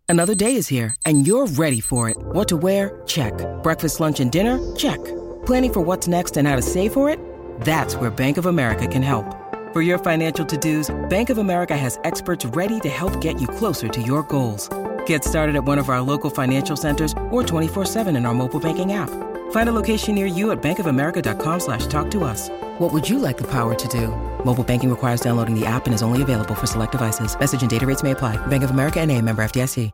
Another day is here, and you're ready for it. What to wear? Check. Breakfast, lunch, and dinner? Check. Planning for what's next and how to save for it? That's where Bank of America can help. For your financial to-dos, Bank of America has experts ready to help get you closer to your goals. Get started at one of our local financial centers or 24/7 in our mobile banking app. Find a location near you at bankofamerica.com/talktous. What would you like the power to do? Mobile banking requires downloading the app and is only available for select devices. Message and data rates may apply. Bank of America N.A., member FDIC.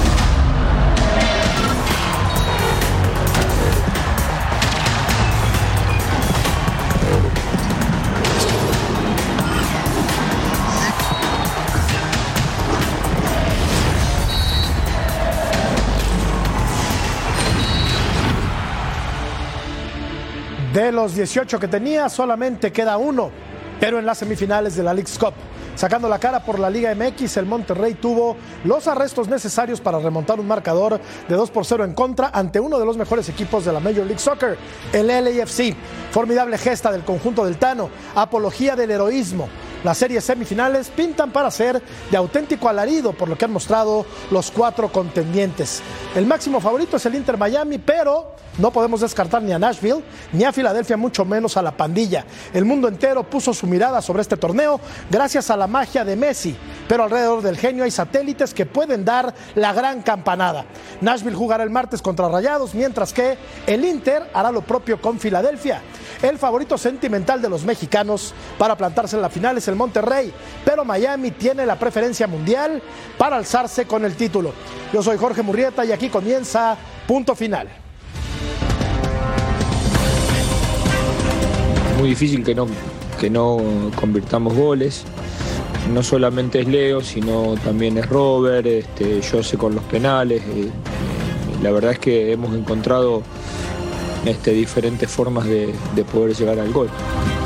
De los 18 que tenía, solamente queda uno, pero en las semifinales de la Leagues Cup. Sacando la cara por la Liga MX, el Monterrey tuvo los arrestos necesarios para remontar un marcador de 2-0 en contra ante uno de los mejores equipos de la Major League Soccer, el LAFC. Formidable gesta del conjunto del Tano, apología del heroísmo. Las series semifinales pintan para ser de auténtico alarido por lo que han mostrado los 4 contendientes. El máximo favorito es el Inter Miami, pero no podemos descartar ni a Nashville ni a Filadelfia, mucho menos a la pandilla. El mundo entero puso su mirada sobre este torneo gracias a la magia de Messi, pero alrededor del genio hay satélites que pueden dar la gran campanada. Nashville jugará el martes contra Rayados, mientras que el Inter hará lo propio con Filadelfia. El favorito sentimental de los mexicanos para plantarse en la final es el Monterrey, pero Miami tiene la preferencia mundial para alzarse con el título. Yo soy Jorge Murrieta y aquí comienza Punto Final. Muy difícil que no convirtamos goles. No solamente es Leo, sino también es Robert, Jose con los penales. La verdad es que hemos encontrado diferentes formas de poder llegar al gol.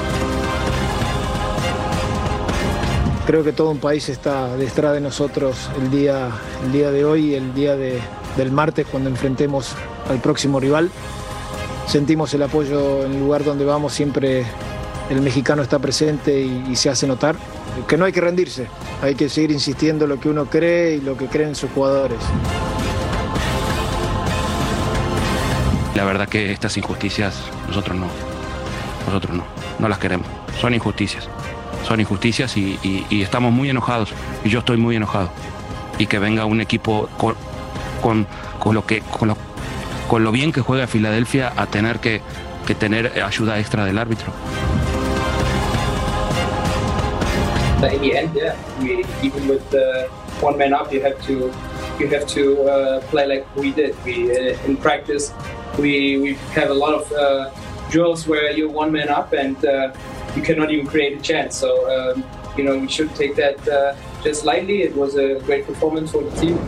Creo que todo un país está detrás de nosotros el día de hoy, el día del martes, cuando enfrentemos al próximo rival. Sentimos el apoyo en el lugar donde vamos, siempre el mexicano está presente y se hace notar. Que no hay que rendirse, hay que seguir insistiendo en lo que uno cree y lo que creen sus jugadores. La verdad que estas injusticias nosotros no las queremos. Son injusticias y estamos muy enojados, y yo estoy muy enojado. Y que venga un equipo con lo bien que juega Filadelfia a tener que tener ayuda extra del árbitro. In the end, yeah, even with one man up, you have to play like we did. In practice, we have a lot of drills where you're one man up and you cannot even create a chance. So we should take that just lightly. It was a great performance for the team.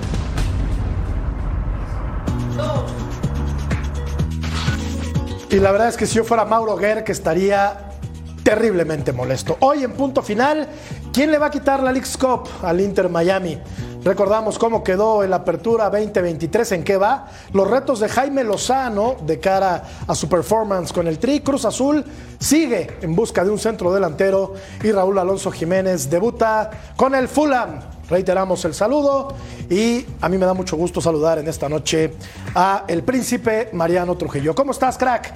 Y la verdad es que si yo fuera Mauro Guerra, que estaría terriblemente molesto. Hoy en Punto Final, ¿quién le va a quitar la Leagues Cup al Inter Miami? Recordamos cómo quedó en la Apertura 2023, en qué va, los retos de Jaime Lozano de cara a su performance con el Tri. Cruz Azul sigue en busca de un centro delantero y Raúl Alonso Jiménez debuta con el Fulham. Reiteramos el saludo y a mí me da mucho gusto saludar en esta noche a el príncipe Mariano Trujillo. ¿Cómo estás, crack?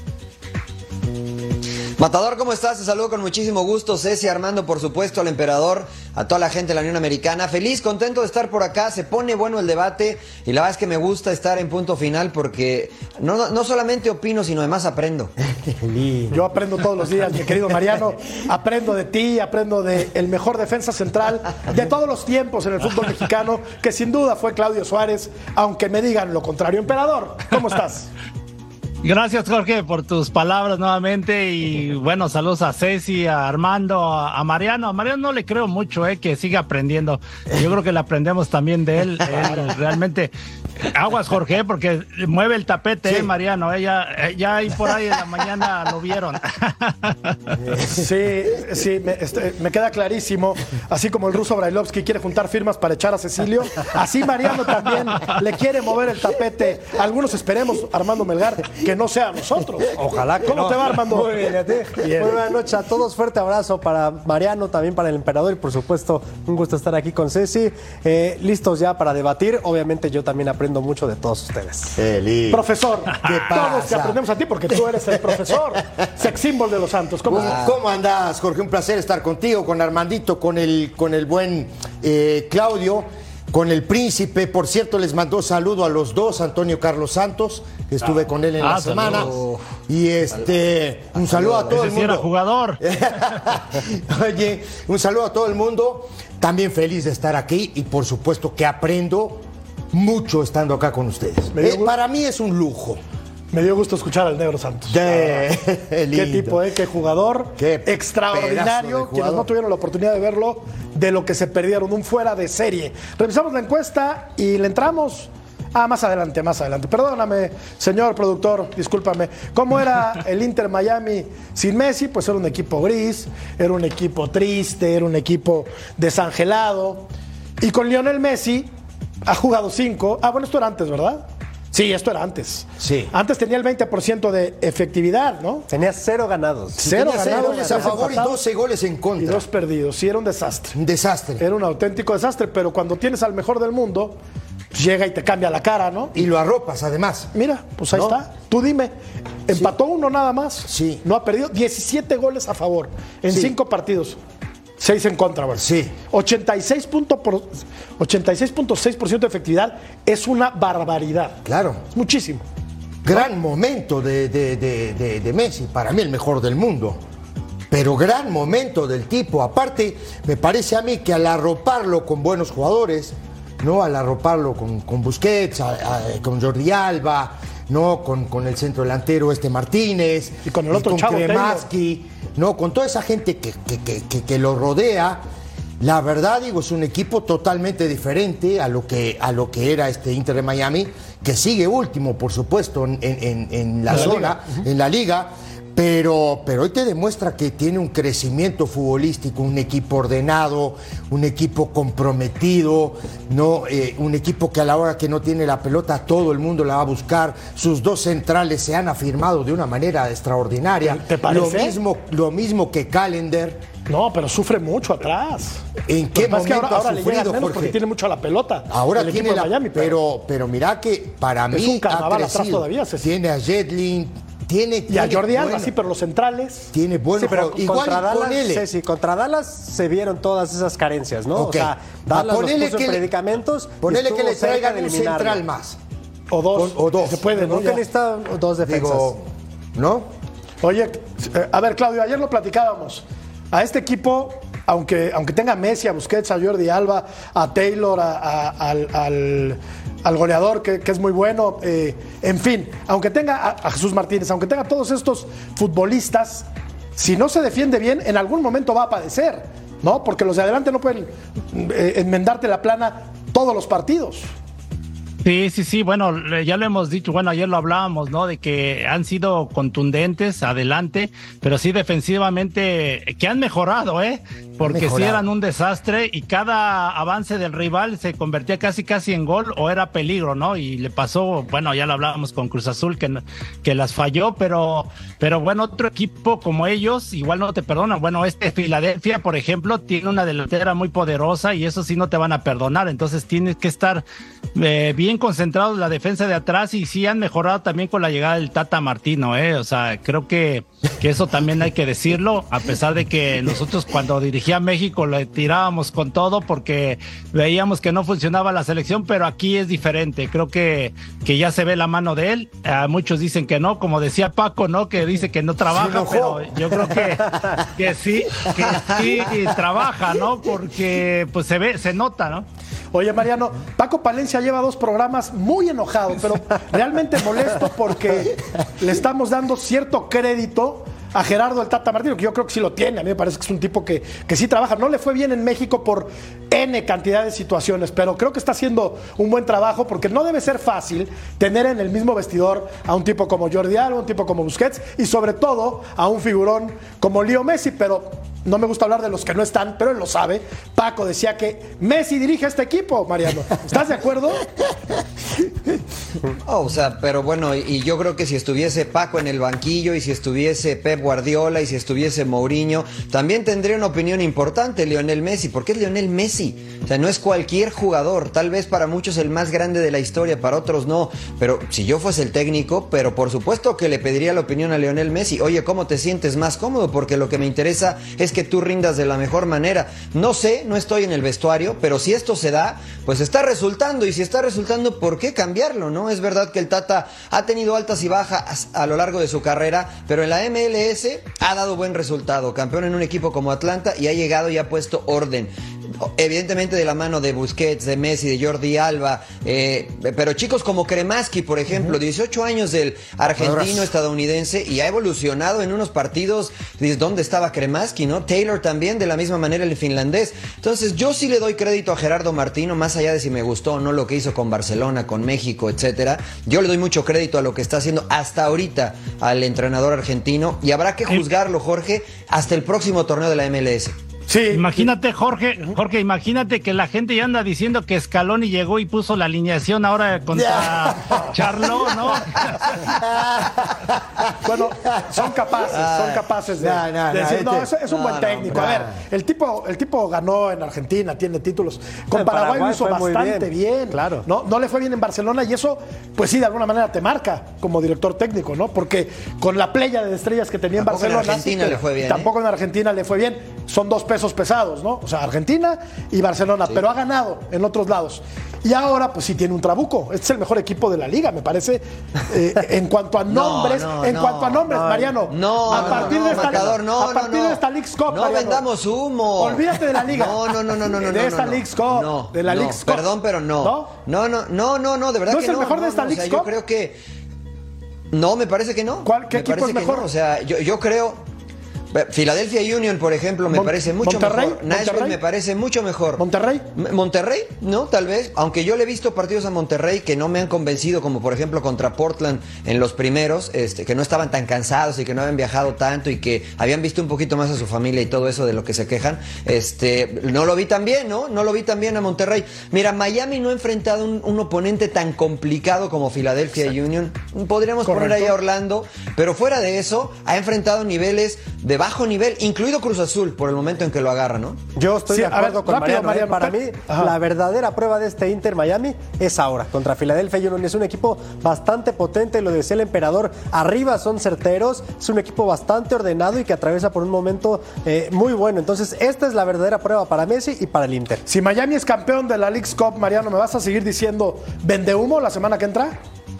Matador, ¿cómo estás? Te saludo con muchísimo gusto, Ceci, Armando, por supuesto, al emperador, a toda la gente de la Unión Americana. Feliz, contento de estar por acá, se pone bueno el debate y la verdad es que me gusta estar en Punto Final porque no solamente opino, sino además aprendo. Yo aprendo todos los días, mi querido Mariano, aprendo de ti, aprendo del mejor defensa central de todos los tiempos en el fútbol mexicano, que sin duda fue Claudio Suárez, aunque me digan lo contrario. Emperador, ¿cómo estás? Gracias, Jorge, por tus palabras nuevamente y bueno, saludos a Ceci, a Armando, a Mariano. A Mariano no le creo mucho, que siga aprendiendo. Yo creo que le aprendemos también de él. Él realmente, aguas, Jorge, porque mueve el tapete, sí. Mariano, ya ahí por ahí en la mañana lo vieron. Sí, me queda clarísimo. Así como el ruso Brailovsky quiere juntar firmas para echar a Cecilio, así Mariano también le quiere mover el tapete. Algunos esperemos, Armando Melgar, que que no sea nosotros. Ojalá que ¿Cómo no. te va, Armando? Muy bien, ¿a ti? Bien. Muy buenas noches a todos. Fuerte abrazo para Mariano, también para el emperador y por supuesto un gusto estar aquí con Ceci. Listos ya para debatir. Obviamente yo también aprendo mucho de todos ustedes. Profesor, ¿Qué todos te pasa? aprendemos a ti porque tú eres el profesor. Sex symbol de los Santos. ¿Cómo andás, Jorge? Un placer estar contigo, con Armandito, con el buen Claudio, con el príncipe. Por cierto, les mandó saludo a los dos, Antonio Carlos Santos, que estuve con él en la semana. Saludos. Y un saludo a todo el Ese sí era mundo. jugador. Oye, un saludo a todo el mundo. También feliz de estar aquí y por supuesto que aprendo mucho estando acá con ustedes. Para mí es un lujo. Me dio gusto escuchar al Negro Santos. Qué tipo, qué jugador. Qué extraordinario. Quienes no tuvieron la oportunidad de verlo, de lo que se perdieron, un fuera de serie. Revisamos la encuesta y le entramos. Más adelante. Perdóname, señor productor, discúlpame. ¿Cómo era el Inter Miami sin Messi? Pues era un equipo gris, era un equipo triste, era un equipo desangelado. Y con Lionel Messi ha jugado 5. Bueno, esto era antes, ¿verdad? Sí, esto era antes. Sí. Antes tenía el 20% de efectividad, ¿no? Tenía 0 ganados. Cero Tenía 6 ganados, goles a 3 favor y empatados 12 goles en y contra. 2 perdidos. Sí, era un desastre. Un desastre. Era un auténtico desastre, pero cuando tienes al mejor del mundo, llega y te cambia la cara, ¿no? Y lo arropas, además. Mira, pues ahí ¿No? está. Tú dime, empató 1 nada más. Sí. No ha perdido 17 goles a favor en Sí. 5 partidos. 6 en contra, ¿verdad? Sí. 86.6% de efectividad es una barbaridad. Claro. Es muchísimo. Gran momento de Messi, para mí el mejor del mundo. Pero gran momento del tipo. Aparte, me parece a mí que al arroparlo con buenos jugadores, ¿no? Al arroparlo con Busquets, con Jordi Alba, ¿no? Con el centro delantero Martínez. Y con el otro con chavo, Kremaski, ¿no? Con toda esa gente que lo rodea. La verdad, digo, es un equipo totalmente diferente a lo que era este Inter de Miami, que sigue último, por supuesto, en la zona, en la liga. Pero hoy te demuestra que tiene un crecimiento futbolístico, un equipo ordenado, un equipo comprometido, ¿no? Un equipo que a la hora que no tiene la pelota todo el mundo la va a buscar. Sus 2 centrales se han afirmado de una manera extraordinaria. ¿Te parece? Lo mismo que Callender. No, pero sufre mucho atrás. ¿En qué Lo que pasa es que momento ahora ha le llegan sufrido, menos Jorge? porque tiene mucho a la pelota. Ahora el tiene equipo de Miami, pero mira que para es mí un carnaval ha atrás crecido. todavía, Ceci. Tiene a Jedlin, y a Jordi Alba, bueno, sí, pero los centrales. tiene buenos Sí, pero jugadores. Igual contra Dallas, ponele. sí, contra Dallas se vieron todas esas carencias, ¿no? Ok. O sea, Dallas los Ponele puso que en le- predicamentos. y Ponele estuvo que le cerca traigan de un eliminarlo. central más. O dos. O dos. Se puede, ¿no? Creo que Ya. necesita 2 defensas. Digo, ¿no? Oye, a ver, Claudio, ayer lo platicábamos. A este equipo, aunque tenga a Messi, a Busquets, a Jordi Alba, a Taylor, al goleador, que es muy bueno, en fin, aunque tenga a Jesús Martínez, aunque tenga a todos estos futbolistas, si no se defiende bien, en algún momento va a padecer, ¿no? Porque los de adelante no pueden enmendarte la plana todos los partidos. Sí, bueno, ya lo hemos dicho, bueno, ayer lo hablábamos, ¿no? De que han sido contundentes adelante, pero sí defensivamente, que han mejorado, porque sí eran un desastre y cada avance del rival se convertía casi en gol o era peligro, ¿no? Y le pasó, bueno, ya lo hablábamos con Cruz Azul, que las falló, pero bueno, otro equipo como ellos, igual no te perdonan. Bueno, Filadelfia, por ejemplo, tiene una delantera muy poderosa y eso sí no te van a perdonar, entonces tienes que estar bien concentrados en la defensa de atrás y sí han mejorado también con la llegada del Tata Martino, o sea, creo que eso también hay que decirlo, a pesar de que nosotros cuando dirigía México le tirábamos con todo porque veíamos que no funcionaba la selección, pero aquí es diferente, creo que ya se ve la mano de él, muchos dicen que no, como decía Paco, ¿no? Que dice que no trabaja, pero yo creo que sí trabaja, ¿no? Porque pues se nota, ¿no? Oye, Mariano, Paco Palencia lleva 2 programas muy enojado, pero realmente molesto porque le estamos dando cierto crédito a Gerardo el Tata Martino, que yo creo que sí lo tiene. A mí me parece que es un tipo que sí trabaja. No le fue bien en México por N cantidad de situaciones, pero creo que está haciendo un buen trabajo porque no debe ser fácil tener en el mismo vestidor a un tipo como Jordi Alba, un tipo como Busquets y sobre todo a un figurón como Leo Messi, pero no me gusta hablar de los que no están, pero él lo sabe. Paco decía que Messi dirige a este equipo, Mariano. ¿Estás de acuerdo? O sea, pero bueno, y yo creo que si estuviese Paco en el banquillo y si estuviese Pep Guardiola y si estuviese Mourinho, también tendría una opinión importante Lionel Messi, porque es Lionel Messi. O sea, no es cualquier jugador, tal vez para muchos el más grande de la historia, para otros no, pero si yo fuese el técnico, pero por supuesto que le pediría la opinión a Lionel Messi. Oye, ¿cómo te sientes más cómodo? Porque lo que me interesa es que tú rindas de la mejor manera. No sé, no estoy en el vestuario, pero si esto se da, pues está resultando, y si está resultando, ¿por qué cambiarlo, no? Es verdad que el Tata ha tenido altas y bajas a lo largo de su carrera, pero en la MLS ha dado buen resultado, campeón en un equipo como Atlanta, y ha llegado y ha puesto orden. Evidentemente de la mano de Busquets, de Messi, de Jordi Alba, pero chicos como Kremaski, por ejemplo, 18 años del argentino estadounidense, y ha evolucionado en unos partidos. Dices, ¿dónde estaba Kremaski, no? Taylor también, de la misma manera el finlandés. Entonces yo sí le doy crédito a Gerardo Martino, más allá de si me gustó o no lo que hizo con Barcelona, con México, etcétera. Yo le doy mucho crédito a lo que está haciendo hasta ahorita al entrenador argentino, y habrá que juzgarlo, Jorge, hasta el próximo torneo de la MLS. Sí. Imagínate, Jorge, imagínate que la gente ya anda diciendo que Scaloni llegó y puso la alineación ahora contra Charlot, ¿no? Bueno, son capaces de decir, no, es un buen técnico. A ver, el tipo ganó en Argentina, tiene títulos. Con Paraguay lo hizo bastante bien. Claro. No le fue bien en Barcelona, y eso, pues sí, de alguna manera te marca como director técnico, ¿no? Porque con la playa de estrellas que tenía en Barcelona, en Argentina le fue bien, tampoco en Argentina le fue bien. Son dos pesos pesados, ¿no? O sea, Argentina y Barcelona, pero ha ganado en otros lados. Y ahora, pues sí tiene un trabuco. Este es el mejor equipo de la liga, me parece. En cuanto a nombres, Mariano. A partir de esta Leagues Cup, no vendamos humo. Olvídate de la liga. No. De esta Leagues Cup. De la Leagues Cup. Perdón, pero no. No, de verdad que no. ¿No es el mejor de esta Leagues Cup? Yo creo que... No, me parece que no. ¿Qué equipo es mejor? No. O sea, yo creo... Philadelphia Union, por ejemplo, me parece mucho mejor. Nashville me parece mucho mejor. ¿Monterrey? No, tal vez. Aunque yo le he visto partidos a Monterrey que no me han convencido, como por ejemplo contra Portland en los primeros, que no estaban tan cansados y que no habían viajado tanto y que habían visto un poquito más a su familia y todo eso de lo que se quejan. No lo vi tan bien, ¿no? No lo vi tan bien a Monterrey. Mira, Miami no ha enfrentado un oponente tan complicado como Philadelphia Union. Podríamos poner ahí a Orlando, pero fuera de eso, ha enfrentado niveles de bajo nivel, incluido Cruz Azul, por el momento en que lo agarra, ¿no? Yo estoy de acuerdo con Mariano. Para mí, la verdadera prueba de este Inter Miami es ahora, contra Philadelphia Union. Es un equipo bastante potente, lo decía el emperador, arriba son certeros, es un equipo bastante ordenado y que atraviesa por un momento muy bueno. Entonces, esta es la verdadera prueba para Messi y para el Inter. Si Miami es campeón de la Leagues Cup, Mariano, ¿me vas a seguir diciendo vende humo la semana que entra?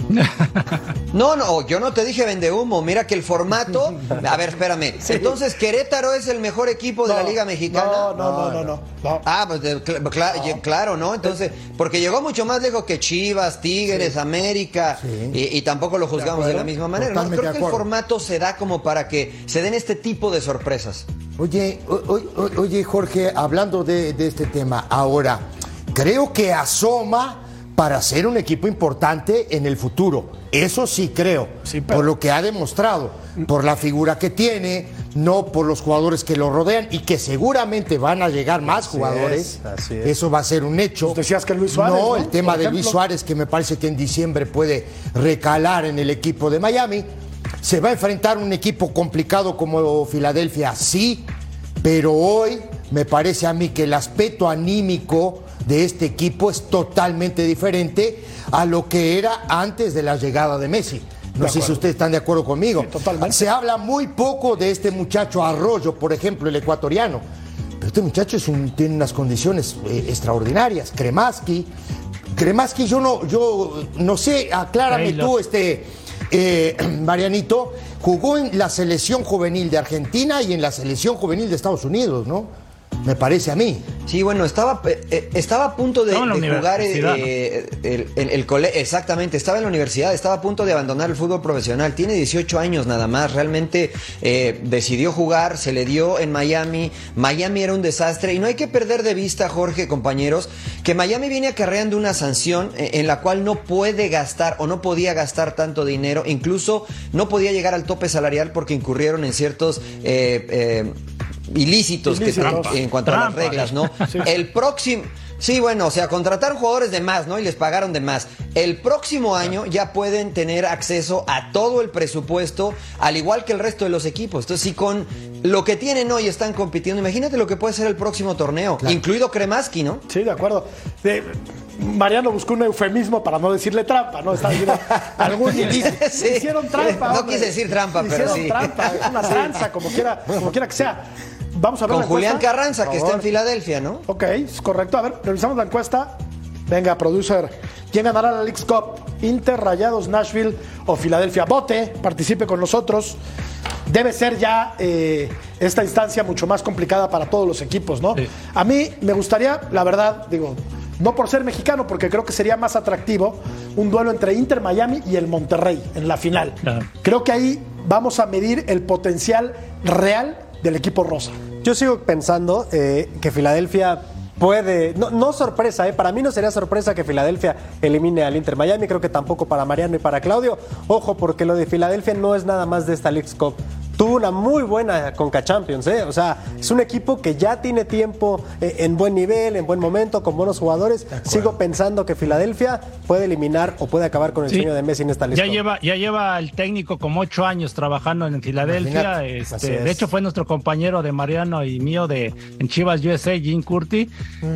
No, yo no te dije vende humo. Mira que el formato. A ver, espérame. Sí. Entonces, ¿Querétaro es el mejor equipo de la Liga Mexicana? No. Ah, pues claro, ¿no? Entonces, porque llegó mucho más lejos que Chivas, Tigres, América, y tampoco lo juzgamos de la misma manera. ¿No? Creo que el formato se da como para que se den este tipo de sorpresas. Oye, Jorge, hablando de este tema, ahora, creo que asoma para ser un equipo importante en el futuro. Eso sí creo, por lo que ha demostrado, por la figura que tiene, no por los jugadores que lo rodean y que seguramente van a llegar más jugadores. Así es. Eso va a ser un hecho. Pues decías que Luis Suárez, ¿no? El tema de Luis Suárez, que me parece que en diciembre puede recalar en el equipo de Miami. Se va a enfrentar un equipo complicado como Filadelfia, sí, pero hoy me parece a mí que el aspecto anímico de este equipo es totalmente diferente a lo que era antes de la llegada de Messi. No sé si ustedes están de acuerdo conmigo. Sí, totalmente. Se habla muy poco de este muchacho Arroyo, por ejemplo, el ecuatoriano. Pero este muchacho tiene unas condiciones extraordinarias. Kremaski, yo no sé, aclárame tú, Marianito, jugó en la selección juvenil de Argentina y en la selección juvenil de Estados Unidos, ¿no? Me parece a mí. Sí, bueno, estaba a punto de jugar el colegio. Exactamente, estaba en la universidad, estaba a punto de abandonar el fútbol profesional. Tiene 18 años nada más. Realmente decidió jugar, se le dio en Miami. Miami era un desastre. Y no hay que perder de vista, Jorge, compañeros, que Miami viene acarreando una sanción en la cual no puede gastar o no podía gastar tanto dinero. Incluso no podía llegar al tope salarial porque incurrieron en ciertos ilícitos. En cuanto a las reglas, ¿no? Sí. Sí, bueno, o sea, contrataron jugadores de más, ¿no? Y les pagaron de más. El próximo año ya pueden tener acceso a todo el presupuesto, al igual que el resto de los equipos. Entonces, si con lo que tienen hoy están compitiendo, imagínate lo que puede ser el próximo torneo, incluido Kremaski, ¿no? Sí, de acuerdo. Mariano buscó un eufemismo para no decirle trampa, ¿no? Está diciendo algún hicieron trampa. No quise decir trampa, pero sí. Hicieron trampa, una tranza, como quiera que sea. Vamos a ver con la Julián encuesta. Carranza, que está en Filadelfia, ¿no? Ok, es correcto. A ver, revisamos la encuesta. Venga, producer. ¿Quién ganará la Leagues Cup? ¿Inter, Rayados, Nashville o Filadelfia? Vote, participe con nosotros. Debe ser ya esta instancia mucho más complicada para todos los equipos, ¿no? Sí. A mí me gustaría, la verdad, digo, no por ser mexicano, porque creo que sería más atractivo un duelo entre Inter Miami y el Monterrey en la final. Claro. Creo que ahí vamos a medir el potencial real del equipo rosa. Yo sigo pensando que Filadelfia puede, no sorpresa, para mí no sería sorpresa que Filadelfia elimine al Inter Miami, creo que tampoco para Mariano y para Claudio. Ojo, porque lo de Filadelfia no es nada más de esta Leagues Cup. Tuvo una muy buena Conca Champions, o sea, es un equipo que ya tiene tiempo en buen nivel, en buen momento, con buenos jugadores. Sigo pensando que Filadelfia puede eliminar o puede acabar con el sueño de Messi en esta lista. Ya lleva el técnico como 8 años trabajando en Filadelfia. De hecho, fue nuestro compañero de Mariano y mío en Chivas USA, Jim Curti,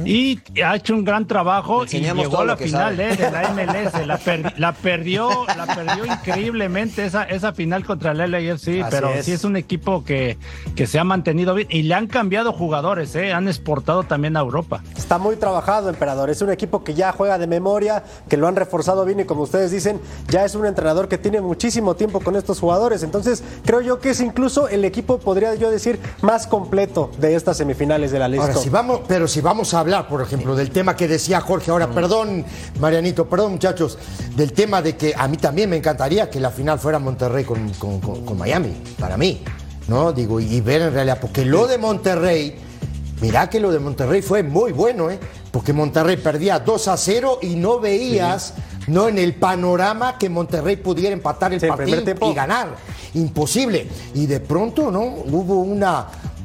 y ha hecho un gran trabajo y llegó a la final de la MLS. La perdió increíblemente esa final contra el LAFC, pero sí es un equipo que se ha mantenido bien y le han cambiado jugadores, han exportado también a Europa. Está muy trabajado, emperador. Es un equipo que ya juega de memoria, que lo han reforzado bien y como ustedes dicen, ya es un entrenador que tiene muchísimo tiempo con estos jugadores. Entonces, creo yo que es incluso el equipo, podría yo decir, más completo de estas semifinales de la Leagues Cup. Si vamos a hablar, por ejemplo, del tema que decía Jorge ahora, perdón, Marianito, perdón, muchachos, del tema de que a mí también me encantaría que la final fuera Monterrey con Miami, para mí, ¿no? Digo, y ver en realidad, porque lo de Monterrey, mirá que lo de Monterrey fue muy bueno, porque Monterrey perdía 2-0 y no veías, no en el panorama que Monterrey pudiera empatar el partido y ganar. Imposible. Y de pronto, ¿no? Hubo una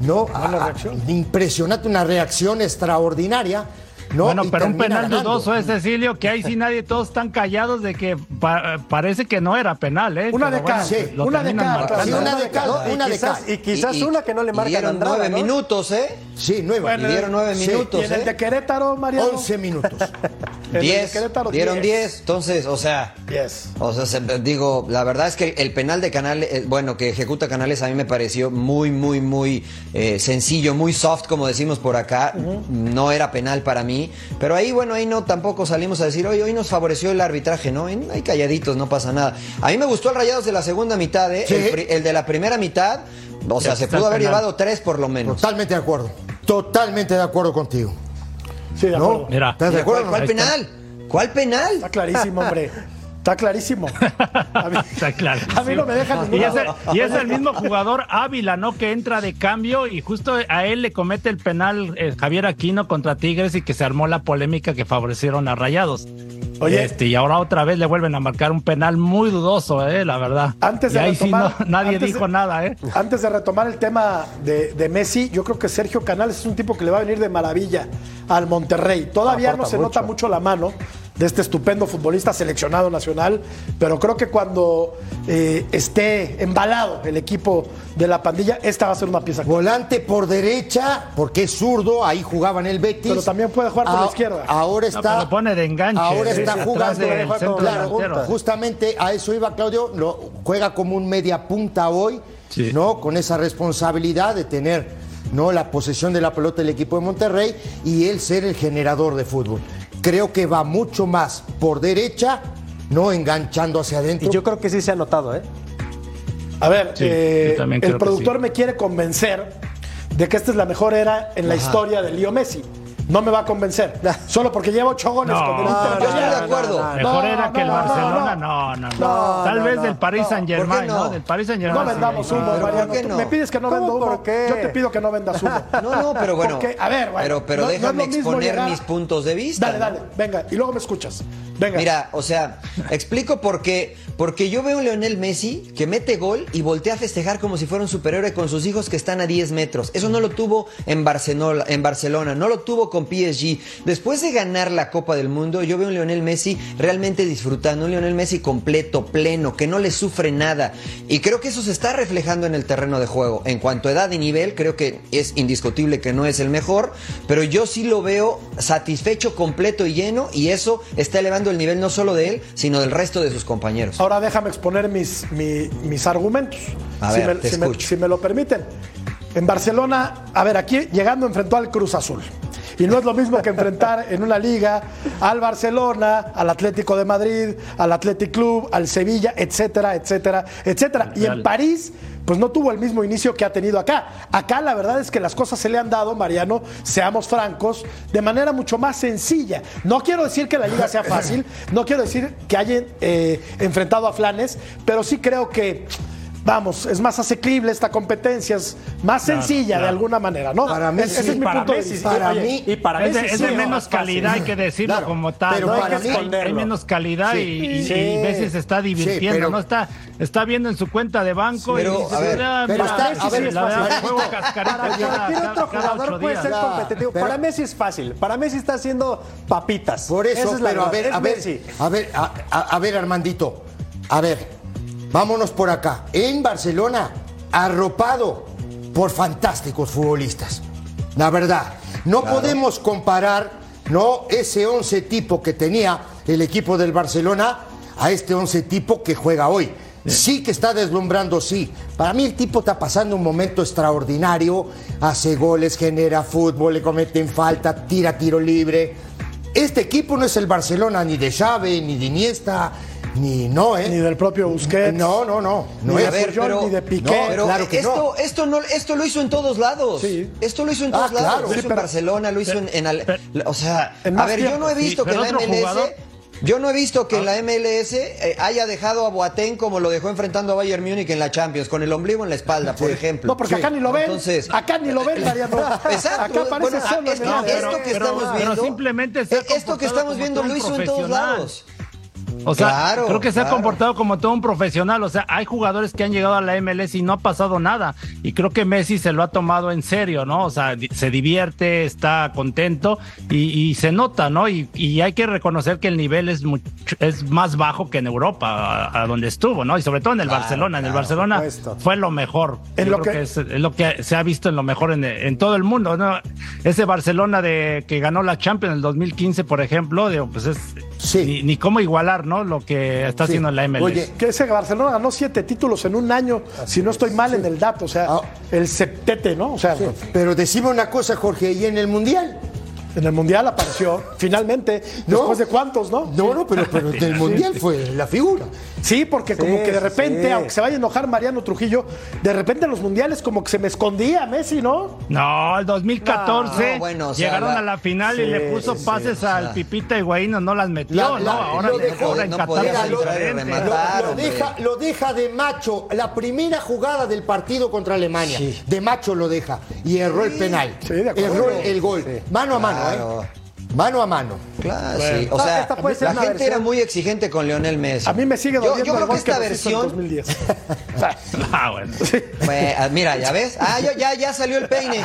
impresionante, una reacción extraordinaria. ¿no? Bueno, pero un penal dudoso es, Cecilio, que ahí sí nadie, todos están callados de que parece que no era penal, ¿eh? Una de cada, y quizás una que no le marcan dieron Andrada, 9 ¿no? minutos, ¿eh? Sí, 9. Bueno, dieron 9 minutos, ¿Y en el de Querétaro, Mariano? 11 minutos. 10, dieron 10, entonces, o sea, digo, la verdad es que el penal de Canales, bueno, que ejecuta Canales a mí me pareció muy sencillo, muy soft, como decimos por acá, no era penal para mí, pero ahí, bueno, ahí no tampoco salimos a decir, hoy nos favoreció el arbitraje, ¿no? Ahí calladitos, no pasa nada. A mí me gustó el Rayados de la segunda mitad, ¿eh? Sí. El de la primera mitad, o sea, se pudo haber llevado 3 por lo menos. Totalmente totalmente de acuerdo contigo. Sí, de acuerdo. Mira, ¿estás de acuerdo? ¿Cuál penal? ¿Cuál penal? Está clarísimo, hombre. Está clarísimo. Está claro. A mí no me dejan ningún y es el mismo jugador Ávila, ¿no? Que entra de cambio y justo a él le comete el penal Javier Aquino contra Tigres y que se armó la polémica que favorecieron a Rayados. Oye, y ahora otra vez le vuelven a marcar un penal muy dudoso, la verdad. Antes de retomar, sí nadie dijo nada, Antes de retomar el tema de Messi, yo creo que Sergio Canales es un tipo que le va a venir de maravilla al Monterrey. Todavía no se nota mucho la mano de este estupendo futbolista seleccionado nacional, pero creo que cuando esté embalado el equipo de la pandilla, esta va a ser una pieza. Volante por derecha, porque es zurdo, ahí jugaba en el Betis. Pero también puede jugar por la izquierda. Ahora está. Lo pone de enganche. Ahora está jugando. Claro, justamente a eso iba Claudio. Juega como un media punta hoy, ¿no? Con esa responsabilidad de tener, ¿no?, la posesión de la pelota del equipo de Monterrey y él ser el generador de fútbol. Creo que va mucho más por derecha, no enganchando hacia adentro. Y yo creo que sí se ha notado, A ver, el productor me quiere convencer de que esta es la mejor era en la historia de Leo Messi. No me va a convencer. Solo porque lleva 8 goles con el Inter. Yo estoy de acuerdo. Mejor era que el Barcelona No. Tal vez del Paris Saint-Germain, ¿no? Del Paris Saint-Germain. No vendamos humo, Mariano. Me pides que no venda humo. Yo te pido que no vendas humo. No, pero bueno. Porque, a ver, bueno, pero déjame exponer mis puntos de vista. Dale, venga, y luego me escuchas. Venga. Mira, o sea, explico por qué. Porque yo veo a Lionel Messi que mete gol y voltea a festejar como si fuera un superhéroe con sus hijos que están a 10 metros. Eso no lo tuvo en Barcelona, no lo tuvo con PSG. Después de ganar la Copa del Mundo, yo veo a un Lionel Messi realmente disfrutando, un Lionel Messi completo, pleno, que no le sufre nada. Y creo que eso se está reflejando en el terreno de juego. En cuanto a edad y nivel, creo que es indiscutible que no es el mejor, pero yo sí lo veo satisfecho, completo y lleno, y eso está elevando el nivel no solo de él, sino del resto de sus compañeros. Ahora déjame exponer mis argumentos, si me lo permiten. En Barcelona, a ver, aquí llegando enfrentó al Cruz Azul. Y no es lo mismo que enfrentar en una liga al Barcelona, al Atlético de Madrid, al Athletic Club, al Sevilla, etcétera. Y en París, pues no tuvo el mismo inicio que ha tenido acá. Acá la verdad es que las cosas se le han dado, Mariano, seamos francos, de manera mucho más sencilla. No quiero decir que la liga sea fácil, no quiero decir que hayan enfrentado a flanes, pero sí creo que... Vamos, es más asequible esta competencia, es más sencilla de alguna manera, ¿no? Para mí, ese es mi punto de vista. Para mí es de menos calidad, hay que decirlo como tal. Pero para mí hay menos calidad y Messi se está divirtiendo, ¿no? Está viendo en su cuenta de banco pero, y Para Messi es fácil. Para Messi está haciendo papitas. Por eso, pero a ver, Armandito, a ver. Vámonos por acá. En Barcelona, arropado por fantásticos futbolistas. La verdad, no podemos comparar ese 11 tipo que tenía el equipo del Barcelona a este 11 tipo que juega hoy. Sí que está deslumbrando, sí. Para mí el tipo está pasando un momento extraordinario. Hace goles, genera fútbol, le cometen falta, tira tiro libre. Este equipo no es el Barcelona ni de Xavi, ni de Iniesta... Ni del propio Busquets. No. Ni de Puyol, ni de Piqué. Pero claro que esto lo hizo en todos lados. Sí. Esto lo hizo en todos lados. Claro. Lo hizo en Barcelona, lo hizo o sea, a ver, yo no he visto que en la MLS... Yo no he visto que en la MLS haya dejado a Boateng como lo dejó enfrentando a Bayern Múnich en la Champions, con el ombligo en la espalda, por ejemplo. No, porque acá ni lo ven. Entonces, acá ni lo ven, Mariano. Exacto. Acá parece solo. Esto que estamos viendo lo hizo en todos lados. O sea, creo que se ha comportado como todo un profesional. O sea, hay jugadores que han llegado a la MLS y no ha pasado nada. Y creo que Messi se lo ha tomado en serio, ¿no? O sea, se divierte, está contento y se nota, ¿no? Y hay que reconocer que el nivel es más bajo que en Europa, a donde estuvo, ¿no? Y sobre todo en el Barcelona. En el Barcelona fue lo mejor. Creo que es lo que se ha visto en lo mejor en todo el mundo, ¿no? Ese Barcelona que ganó la Champions en el 2015, por ejemplo, pues es... Sí. Ni cómo igualar, ¿no? Lo que está haciendo en la MLS. Oye, que ese Barcelona ganó 7 títulos en un año, si no estoy mal en el dato, o sea, el septete, ¿no? O sea, pero decime una cosa, Jorge, ¿y en el Mundial? En el Mundial apareció, finalmente, después de cuántos, ¿no? No, pero en el Mundial fue la figura. Sí, porque como que de repente, aunque se vaya a enojar Mariano Trujillo, de repente en los mundiales como que se me escondía Messi, ¿no? No, el 2014 llegaron a la final y le puso pases al Pipita Higuaín, no las metió, ahora en Qatar lo deja de macho, la primera jugada del partido contra Alemania, de macho lo deja, y erró el penal, erró el gol, mano a mano, Mano a mano. Claro, sí. O sea, la gente era muy exigente con Lionel Messi. A mí me sigue doliendo. Yo creo que esta versión... 2010. Bueno. Mira, ¿ya ves? Ya salió el peine.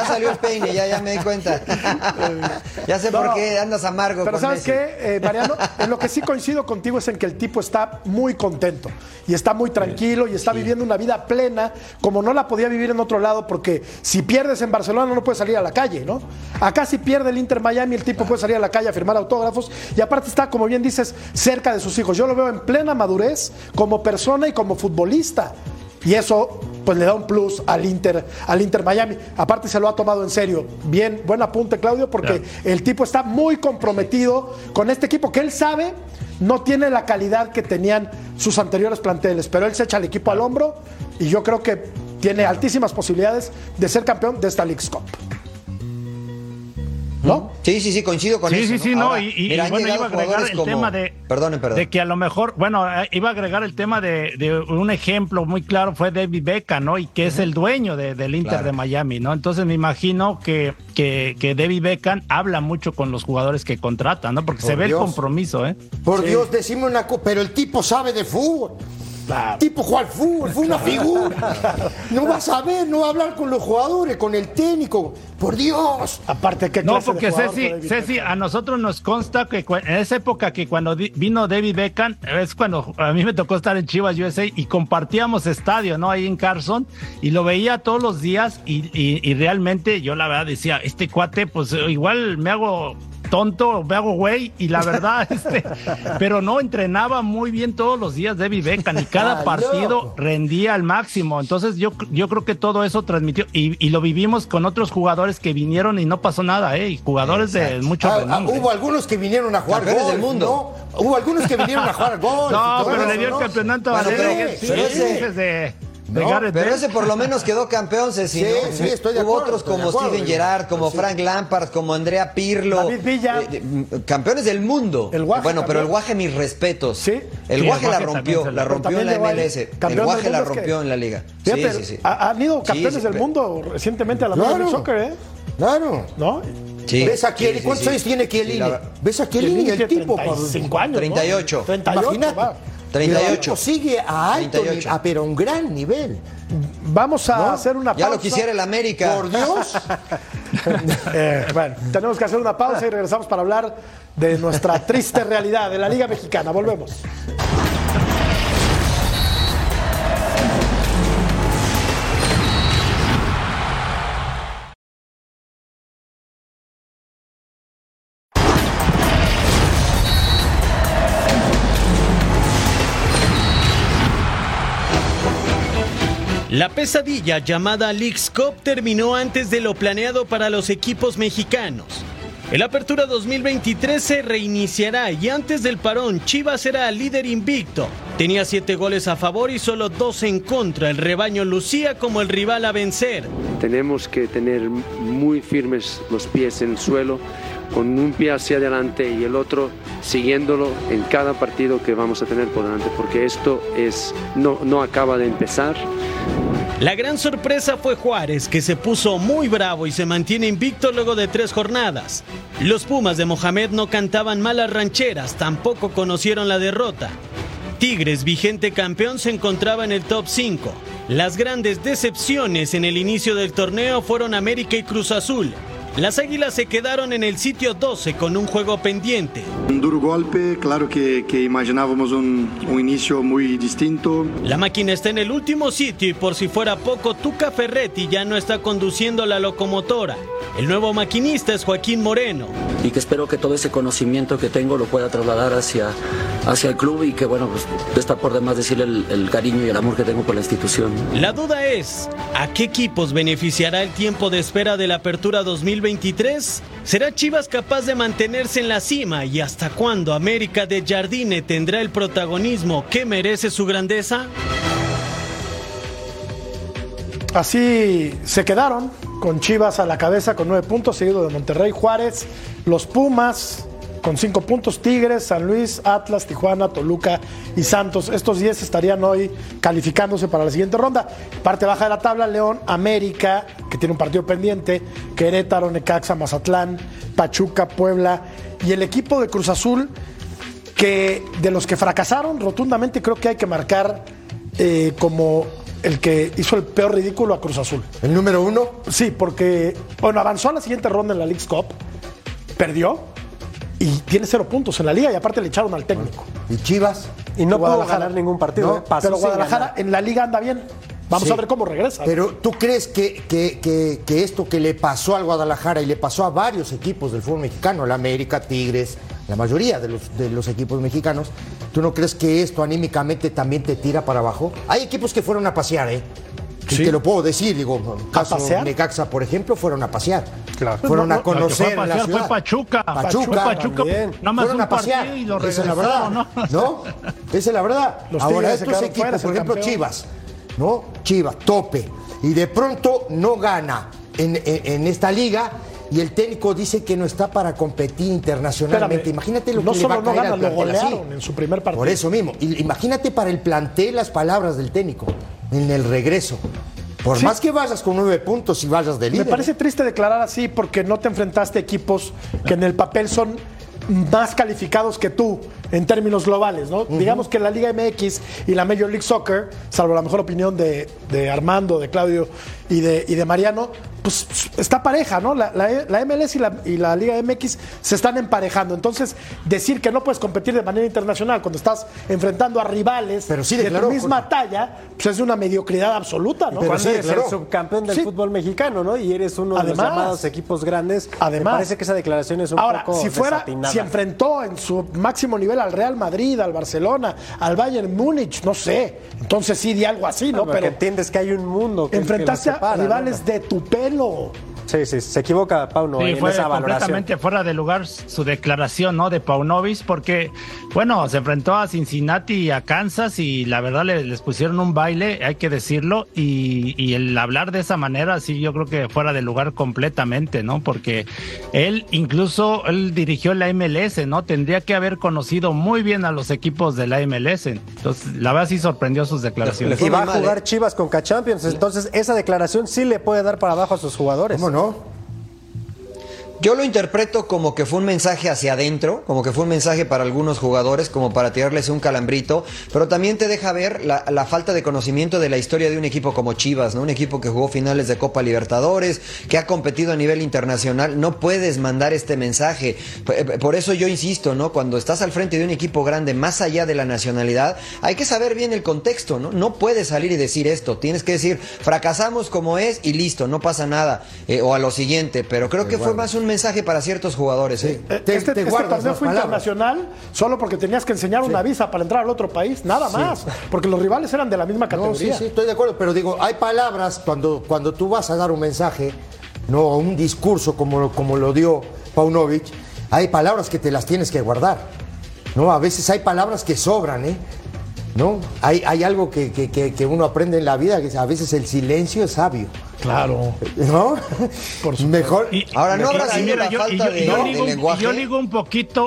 Ya me di cuenta. Ya sé por qué andas amargo pero con ¿sabes Messi. qué, Mariano? En lo que sí coincido contigo es en que el tipo está muy contento y está muy tranquilo y está viviendo una vida plena como no la podía vivir en otro lado, porque si pierdes en Barcelona no puedes salir a la calle, ¿no? Acá si pierde el Inter Miami, el tipo puede salir a la calle a firmar autógrafos y aparte está, como bien dices, cerca de sus hijos. Yo lo veo en plena madurez como persona y como futbolista. Y eso pues le da un plus al Inter Miami. Aparte se lo ha tomado en serio. Bien, buen apunte, Claudio, porque el tipo está muy comprometido con este equipo que él sabe no tiene la calidad que tenían sus anteriores planteles, pero él se echa al equipo al hombro y yo creo que tiene altísimas posibilidades de ser campeón de esta Leagues Cup. ¿no? Sí, coincido con eso. Sí, Ahora, y mira, bueno, iba a agregar el tema de... Perdón. De que a lo mejor, bueno, iba a agregar el tema de un ejemplo muy claro, fue David Beckham, ¿no? Y que es el dueño del Inter de Miami, ¿no? Entonces me imagino que David Beckham habla mucho con los jugadores que contratan, ¿no? Porque se ve el compromiso, ¿eh? Por Dios, decime una cosa, pero el tipo sabe de fútbol. El tipo juega al fútbol, fue una figura. No va a saber, no va a hablar con los jugadores, con el técnico. Por Dios. Aparte que no, porque Ceci, a nosotros nos consta que en esa época que cuando vino David Beckham, es cuando a mí me tocó estar en Chivas USA y compartíamos estadio, ¿no? Ahí en Carson, y lo veía todos los días y realmente yo la verdad decía, este cuate, pues igual me hago tonto, me hago güey, y la verdad, pero no, entrenaba muy bien todos los días David Beckham y cada partido rendía al máximo. Entonces yo creo que todo eso transmitió y lo vivimos con otros jugadores que vinieron y no pasó nada, y jugadores de mucho renombre. Hubo algunos que vinieron a jugar golf del mundo. ¿No? Hubo algunos que vinieron a jugar golf. No, pero le dio el campeonato a pero ese por lo menos quedó campeón, Ceci, ¿no? Sí, estoy de acuerdo. Hubo otros como Steven Gerrard, como Frank Lampard, como Andrea Pirlo. David Villa. Campeones del mundo. El Guaje bueno, también. pero el Guaje, mis respetos. Sí. El Guaje la rompió en la Vale. MLS. El Guaje la rompió en la liga. Fíjate, Sí. Han ido campeones del mundo recientemente a la Major League Soccer, ¿eh? Claro. ¿No? Sí. ¿Ves a Chiellini? ¿Cuántos años tiene Chiellini? ¿Ves a Chiellini? El tipo, 35 años, 38. ¿no? 38. Imagínate. 38. Sigue a alto, pero a un gran nivel. Vamos a hacer una pausa. Ya lo quisiera el América. Por Dios. Bueno, tenemos que hacer una pausa y regresamos para hablar de nuestra triste realidad de la Liga Mexicana. Volvemos. La pesadilla llamada Leagues Cup terminó antes de lo planeado para los equipos mexicanos. El Apertura 2023 se reiniciará y antes del parón Chivas era líder invicto. Tenía 7 goles a favor y solo 2 en contra. El rebaño lucía como el rival a vencer. Tenemos que tener muy firmes los pies en el suelo, con un pie hacia adelante y el otro siguiéndolo en cada partido que vamos a tener por delante, porque esto no acaba de empezar. La gran sorpresa fue Juárez, que se puso muy bravo y se mantiene invicto luego de 3 jornadas. Los Pumas de Mohamed no cantaban malas rancheras, tampoco conocieron la derrota. Tigres, vigente campeón, se encontraba en el top 5. Las grandes decepciones en el inicio del torneo fueron América y Cruz Azul. Las Águilas se quedaron en el sitio 12 con un juego pendiente. Un duro golpe, claro que imaginábamos un inicio muy distinto. La máquina está en el último sitio y por si fuera poco, Tuca Ferretti ya no está conduciendo la locomotora. El nuevo maquinista es Joaquín Moreno. Y que espero que todo ese conocimiento que tengo lo pueda trasladar hacia el club y que, bueno, pues está por demás decirle el cariño y el amor que tengo por la institución. La duda es, ¿a qué equipos beneficiará el tiempo de espera de la Apertura 2023? ¿Será Chivas capaz de mantenerse en la cima y hasta cuándo América de Jardine tendrá el protagonismo que merece su grandeza? Así se quedaron con Chivas a la cabeza con 9 puntos, seguido de Monterrey, Juárez, los Pumas con 5 puntos, Tigres, San Luis, Atlas, Tijuana, Toluca y Santos. Estos 10 estarían hoy calificándose para la siguiente ronda. Parte baja de la tabla, León, América, que tiene un partido pendiente, Querétaro, Necaxa, Mazatlán, Pachuca, Puebla y el equipo de Cruz Azul, que de los que fracasaron rotundamente, creo que hay que marcar como el que hizo el peor ridículo a Cruz Azul. ¿El número 1? Sí, porque avanzó a la siguiente ronda en la Leagues Cup, perdió y tiene 0 puntos en la liga y aparte le echaron al técnico. ¿Y Chivas? Y no pudo ganar ningún partido. No, pero Guadalajara en la liga anda bien. Vamos a ver cómo regresa. Pero ¿tú crees que esto que le pasó al Guadalajara y le pasó a varios equipos del fútbol mexicano, la América, Tigres, la mayoría de los equipos mexicanos, ¿tú no crees que esto anímicamente también te tira para abajo? Hay equipos que fueron a pasear, Y te lo puedo decir, digo, en caso de Necaxa, por ejemplo, furon a pasear. Claro. Fueron a conocer la ciudad. Fue Pachuca. Pachuca nada más fueron un a pasear. Y lo esa es la regresaron, verdad. ¿no? Esa es la verdad. Ahora, estos equipos, por ejemplo, Chivas, Chivas, tope. Y de pronto no gana en esta liga. y el técnico dice que no está para competir internacionalmente. Espérame, imagínate lo no que le va a solo no caer ganan, al lo plantel así. golearon en su primer partido. Por eso mismo. Imagínate para el plantel las palabras del técnico en el regreso. Por Sí. más que vayas con 9 puntos y vayas de líder. Me parece triste declarar así porque no te enfrentaste a equipos que en el papel son más calificados que tú en términos globales, ¿no? Digamos que la Liga MX y la Major League Soccer, salvo la mejor opinión de Armando, de Claudio y de Mariano, pues está pareja, ¿no? La MLS y la Liga MX se están emparejando. Entonces, decir que no puedes competir de manera internacional cuando estás enfrentando a rivales de tu misma talla, pues es una mediocridad absoluta, ¿no? Pero cuando eres el subcampeón del fútbol mexicano, ¿no? Y eres uno de los llamados equipos grandes. Me parece que esa declaración es un poco desatinada. Si enfrentó en su máximo nivel al Real Madrid, al Barcelona, al Bayern Múnich, no sé. Entonces sí di algo así, ¿no? Pero entiendes que hay un mundo que enfrentaste que separa, a rivales, ¿no? de tu pelo. Sí, se equivoca Pauno Sí, en fue esa valoración. completamente fuera de lugar su declaración, ¿no? De Paunovic, porque, bueno, se enfrentó a Cincinnati y a Kansas y la verdad les pusieron un baile, hay que decirlo, y el hablar de esa manera, sí, yo creo que fuera de lugar completamente, ¿no? Porque él dirigió la MLS, ¿no? Tendría que haber conocido muy bien a los equipos de la MLS. Entonces, la verdad sí sorprendió sus declaraciones. Y va a jugar Chivas con K-Champions, entonces esa declaración sí le puede dar para abajo a sus jugadores. ¿Cómo no? Yo lo interpreto como que fue un mensaje hacia adentro, como que fue un mensaje para algunos jugadores, como para tirarles un calambrito, pero también te deja ver la falta de conocimiento de la historia de un equipo como Chivas, ¿no? Un equipo que jugó finales de Copa Libertadores, que ha competido a nivel internacional. No puedes mandar este mensaje. Por eso yo insisto, ¿no? Cuando estás al frente de un equipo grande, más allá de la nacionalidad, hay que saber bien el contexto, ¿no? No puedes salir y decir esto. Tienes que decir, fracasamos como es y listo, no pasa nada. O a lo siguiente, pero creo que fue más un mensaje para ciertos jugadores. Este torneo fue internacional solo porque tenías que enseñar una visa para entrar al otro país, nada más, porque los rivales eran de la misma categoría. Sí, estoy de acuerdo, pero digo, hay palabras cuando tú vas a dar un mensaje, no un discurso como lo dio Paunovic, hay palabras que te las tienes que guardar, ¿no? A veces hay palabras que sobran, ¿no? Hay algo que uno aprende en la vida, que a veces el silencio es sabio. Claro. ¿No? Mejor. Ahora no habrá sido la falta de lenguaje. Yo ligo un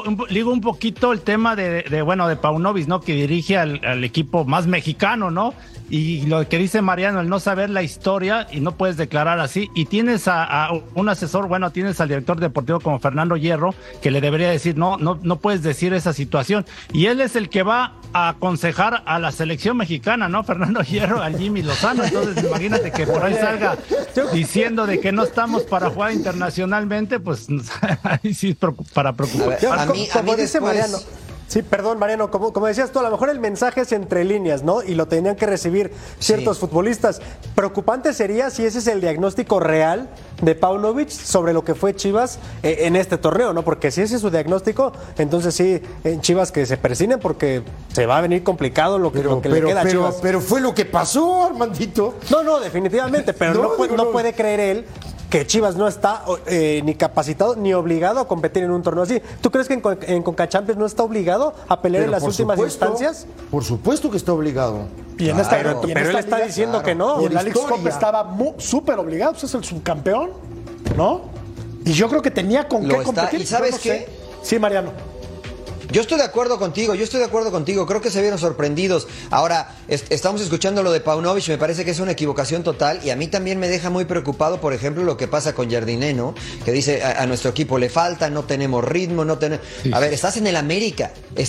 poquito el tema de Paunovic, ¿no? Que dirige al equipo más mexicano, ¿no? Y lo que dice Mariano, el no saber la historia y no puedes declarar así. Y tienes a un asesor, tienes al director deportivo como Fernando Hierro, que le debería decir, no puedes decir esa situación. Y él es el que va a aconsejar a la selección mexicana, ¿no? Fernando Hierro, al Jimmy Lozano. Entonces, imagínate que por ahí salga diciendo de que no estamos para jugar internacionalmente, pues ahí sí para preocupar. Como dice Mariano. Sí, perdón, Mariano, como decías tú, a lo mejor el mensaje es entre líneas, ¿no? Y lo tenían que recibir ciertos futbolistas. Preocupante sería si ese es el diagnóstico real de Paunovic sobre lo que fue Chivas en este torneo, ¿no? Porque si ese es su diagnóstico, entonces sí, en Chivas que se persinen porque se va a venir complicado lo que le queda a Chivas. Pero fue lo que pasó, Armandito. No, definitivamente, pero no puede creer él que Chivas no está ni capacitado ni obligado a competir en un torneo así. ¿Tú crees que en Conca Champions no está obligado a pelear en las últimas instancias? Por supuesto que está obligado. Y en pero él está diciendo que no. Y en la League Cup estaba súper obligado, pues es el subcampeón, ¿no? Y yo creo que tenía con qué competir. ¿Y sabes qué? Sí, Mariano. Yo estoy de acuerdo contigo, creo que se vieron sorprendidos. Ahora, estamos escuchando lo de Paunovic, me parece que es una equivocación total y a mí también me deja muy preocupado, por ejemplo, lo que pasa con Jardiné, ¿no? Que dice, a nuestro equipo le falta, no tenemos ritmo, no tenemos... A ver, estás en el América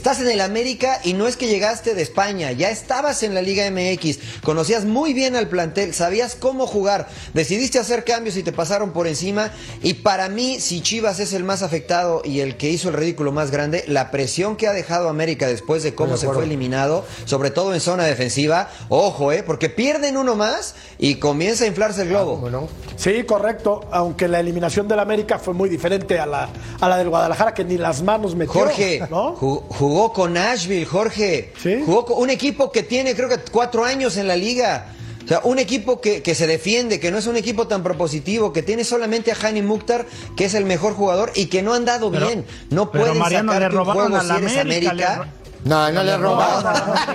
y no es que llegaste de España, ya estabas en la Liga MX, conocías muy bien al plantel, sabías cómo jugar, decidiste hacer cambios y te pasaron por encima y para mí, si Chivas es el más afectado y el que hizo el ridículo más grande, la presión que ha dejado América después de cómo se fue eliminado, sobre todo en zona defensiva, ojo, porque pierden uno más y comienza a inflarse el globo. ¿No? Sí, correcto, aunque la eliminación del América fue muy diferente a la del Guadalajara, que ni las manos metió. Jorge, ¿no? Jugó con Nashville, Jorge. ¿Sí? Jugó con un equipo que tiene creo que 4 años en la liga. O sea, un equipo que se defiende, que no es un equipo tan propositivo, que tiene solamente a Hani Mukhtar, que es el mejor jugador y que no ha andado bien. No pueden sacarte un juego si eres América. No le robaron.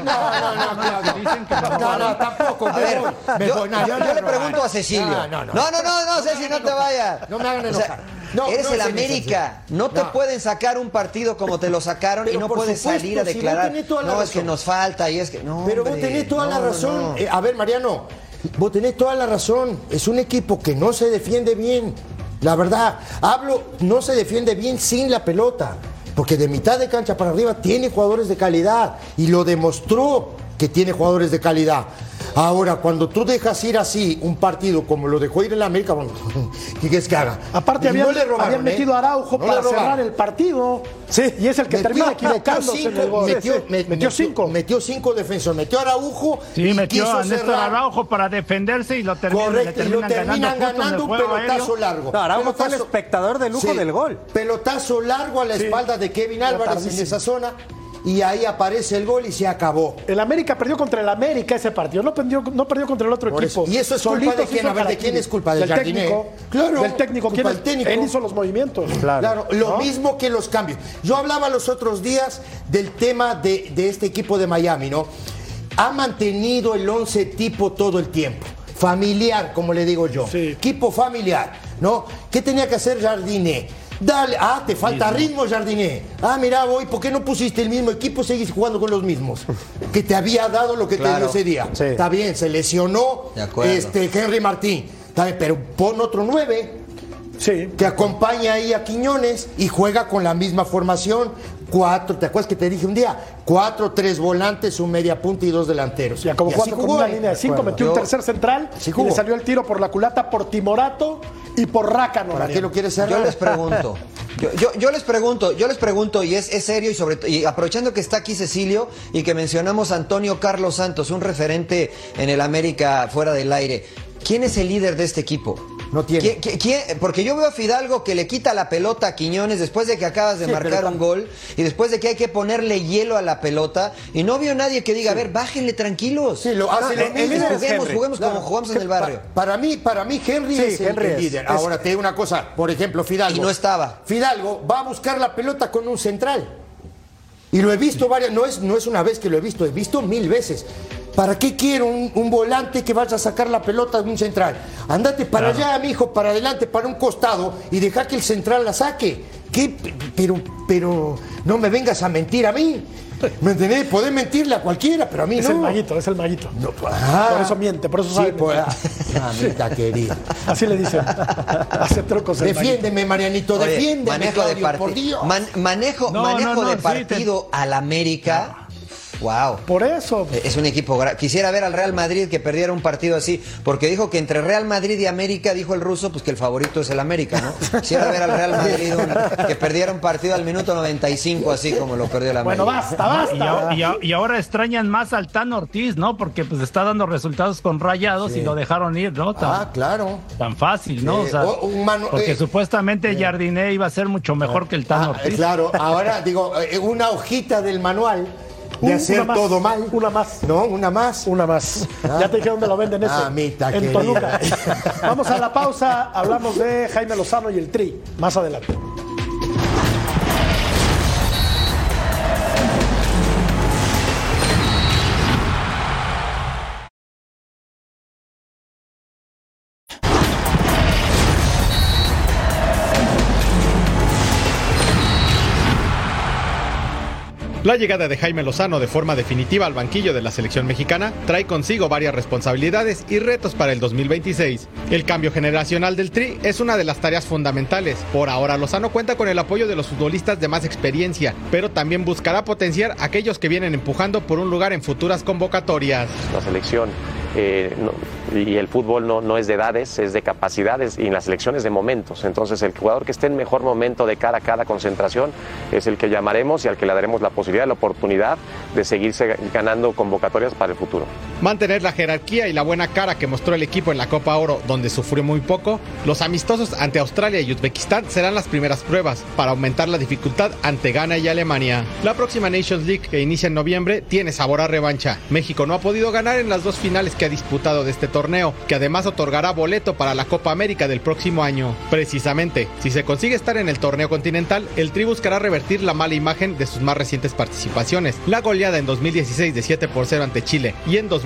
No, tampoco. A ver, yo le pregunto a Cecilio. No, Ceci, no te vayas. No me hagan enojar. Eres el América. No te pueden sacar un partido como te lo sacaron. Pero y no puedes salir a declarar. No, es que nos falta y es que... No, pero vos tenés toda la razón. A ver, Mariano, vos tenés toda la razón. Es un equipo que no se defiende bien. La verdad, no se defiende bien sin la pelota. Porque de mitad de cancha para arriba tiene jugadores de calidad. Y lo demostró que tiene jugadores de calidad. Ahora, cuando tú dejas ir así un partido como lo dejó ir en la América, bueno, ¿qué quieres que haga? Aparte habían metido a Araujo para cerrar el partido. Sí, y es el que termina equivocándose en el gol. Metió cinco defensores, metió a Araujo. Sí, metió a Néstor Araujo para defenderse y lo terminan ganando un pelotazo largo. No, Araujo fue el espectador de lujo del gol. Pelotazo largo a la espalda de Kevin Álvarez en esa zona. Y ahí aparece el gol y se acabó. El América perdió contra el América ese partido, no perdió contra el otro equipo. Y eso es culpa de quién, a ver, ¿de quién es culpa? ¿Del técnico? Claro. Del técnico, ¿quién es? Él hizo los movimientos. Claro, lo mismo que los cambios. Yo hablaba los otros días del tema de este equipo de Miami, ¿no? Ha mantenido el 11 tipo todo el tiempo. Familiar, como le digo yo. Sí. Equipo familiar, ¿no? ¿Qué tenía que hacer Jardiné? Dale, te falta ritmo, Jardiné. Mira, ¿por qué no pusiste el mismo equipo? Seguís jugando con los mismos. Que te había dado lo que te dio ese día. Sí. Está bien, se lesionó Henry Martín. Está bien, pero pon otro 9 que acompaña ahí a Quiñones y juega con la misma formación. 4, ¿te acuerdas que te dije un día? 4, 3 volantes, un media punta y 2 delanteros. Y como jugando con una línea de 5, metió un tercer central y le salió el tiro por la culata por Timorato y por Rácano. ¿Para qué lo quieres cerrar? Yo les pregunto, y es serio, y aprovechando que está aquí Cecilio y que mencionamos a Antonio Carlos Santos, un referente en el América fuera del aire. ¿Quién es el líder de este equipo? No tiene. Porque yo veo a Fidalgo que le quita la pelota a Quiñones después de que acabas de marcar un gol y después de que hay que ponerle hielo a la pelota y no veo nadie que diga, a ver, bájenle tranquilos. Sí, lo hace juguemos como jugamos en el barrio. Para mí Henry es el líder. Ahora te digo una cosa, por ejemplo, Fidalgo. Y no estaba. Fidalgo va a buscar la pelota con un central. Y lo he visto varias, no es una vez que lo he visto 1000 veces. ¿Para qué quiero un volante que vaya a sacar la pelota de un central? Andate para allá, mijo, para adelante, para un costado y deja que el central la saque. ¿Qué? Pero no me vengas a mentir a mí. ¿Me entendés? Podés mentirle a cualquiera, pero a mí es no. Es el maguito. No, por eso miente, por eso sabe. Mamita querida. Así le dicen. Hace trucos. Defiéndeme, Marianito, defiéndeme, manejo Claudio, de partido. por Dios. Manejo de partido al América. Wow. Por eso. Es un equipo. Quisiera ver al Real Madrid que perdiera un partido así, porque dijo que entre Real Madrid y América, dijo el ruso, pues que el favorito es el América, ¿no? Quisiera ver al Real Madrid que perdiera un partido al minuto 95, así como lo perdió el América. Bueno, basta. Y ahora extrañan más al Tan Ortiz, ¿no? Porque pues está dando resultados con Rayados y lo dejaron ir, ¿no? Claro. Tan fácil, ¿no? O sea, porque supuestamente Jardiné iba a ser mucho mejor que el Tan Ortiz. Claro, ahora digo, una hojita del manual de hacer todo mal. Una más. ¿No? Una más. Ya te dije dónde lo venden ese. Mamita en Toluca. Vamos a la pausa. Hablamos de Jaime Lozano y el Tri. Más adelante. La llegada de Jaime Lozano de forma definitiva al banquillo de la selección mexicana trae consigo varias responsabilidades y retos para el 2026. El cambio generacional del Tri es una de las tareas fundamentales. Por ahora, Lozano cuenta con el apoyo de los futbolistas de más experiencia, pero también buscará potenciar a aquellos que vienen empujando por un lugar en futuras convocatorias. La selección y el fútbol no es de edades, es de capacidades, y en las selecciones de momentos. Entonces el jugador que esté en mejor momento de cara a cada concentración es el que llamaremos y al que le daremos la posibilidad, la oportunidad de seguirse ganando convocatorias para el futuro. Mantener la jerarquía y la buena cara que mostró el equipo en la Copa Oro, donde sufrió muy poco, los amistosos ante Australia y Uzbekistán serán las primeras pruebas para aumentar la dificultad ante Ghana y Alemania. La próxima Nations League, que inicia en noviembre, tiene sabor a revancha. México no ha podido ganar en las 2 finales que ha disputado de este torneo, que además otorgará boleto para la Copa América del próximo año. Precisamente, si se consigue estar en el torneo continental, el Tri buscará revertir la mala imagen de sus más recientes participaciones. La goleada en 2016 de 7-0 ante Chile y en 2018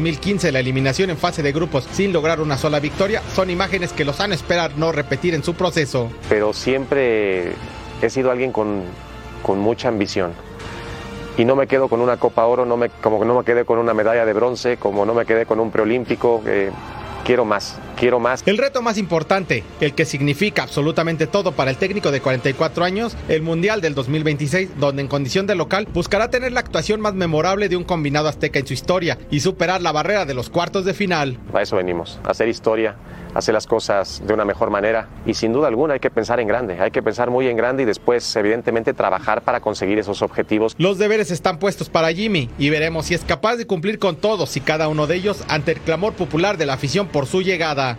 2015 la eliminación en fase de grupos sin lograr una sola victoria son imágenes que Lozano espera no repetir en su proceso. Pero siempre he sido alguien con mucha ambición. Y no me quedo con una Copa Oro, como no me quedé con una medalla de bronce, como no me quedé con un preolímpico. Quiero más. El reto más importante, el que significa absolutamente todo para el técnico de 44 años, el Mundial del 2026, donde en condición de local buscará tener la actuación más memorable de un combinado azteca en su historia y superar la barrera de los cuartos de final. A eso venimos, a hacer historia, a hacer las cosas de una mejor manera y sin duda alguna hay que pensar en grande, hay que pensar muy en grande y después evidentemente trabajar para conseguir esos objetivos. Los deberes están puestos para Jimmy y veremos si es capaz de cumplir con todos y cada uno de ellos ante el clamor popular de la afición por su llegada.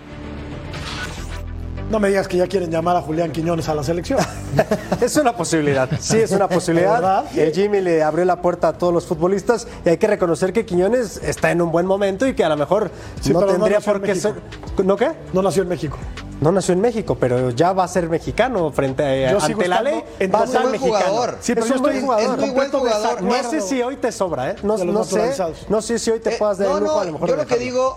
No me digas que ya quieren llamar a Julián Quiñones a la selección. Es una posibilidad, sí, es una posibilidad. El Jimmy le abrió la puerta a todos los futbolistas y hay que reconocer que Quiñones está en un buen momento y que a lo mejor no tendría por qué ser... ¿No qué? No nació en México. No nació en México, pero ya va a ser mexicano ante la ley. Va a ser mexicano. Sí, pero es un buen jugador. Es muy buen jugador. No sé si hoy te sobra, ¿eh? No sé si hoy te puedas dar el lujo a lo mejor. Yo lo que digo...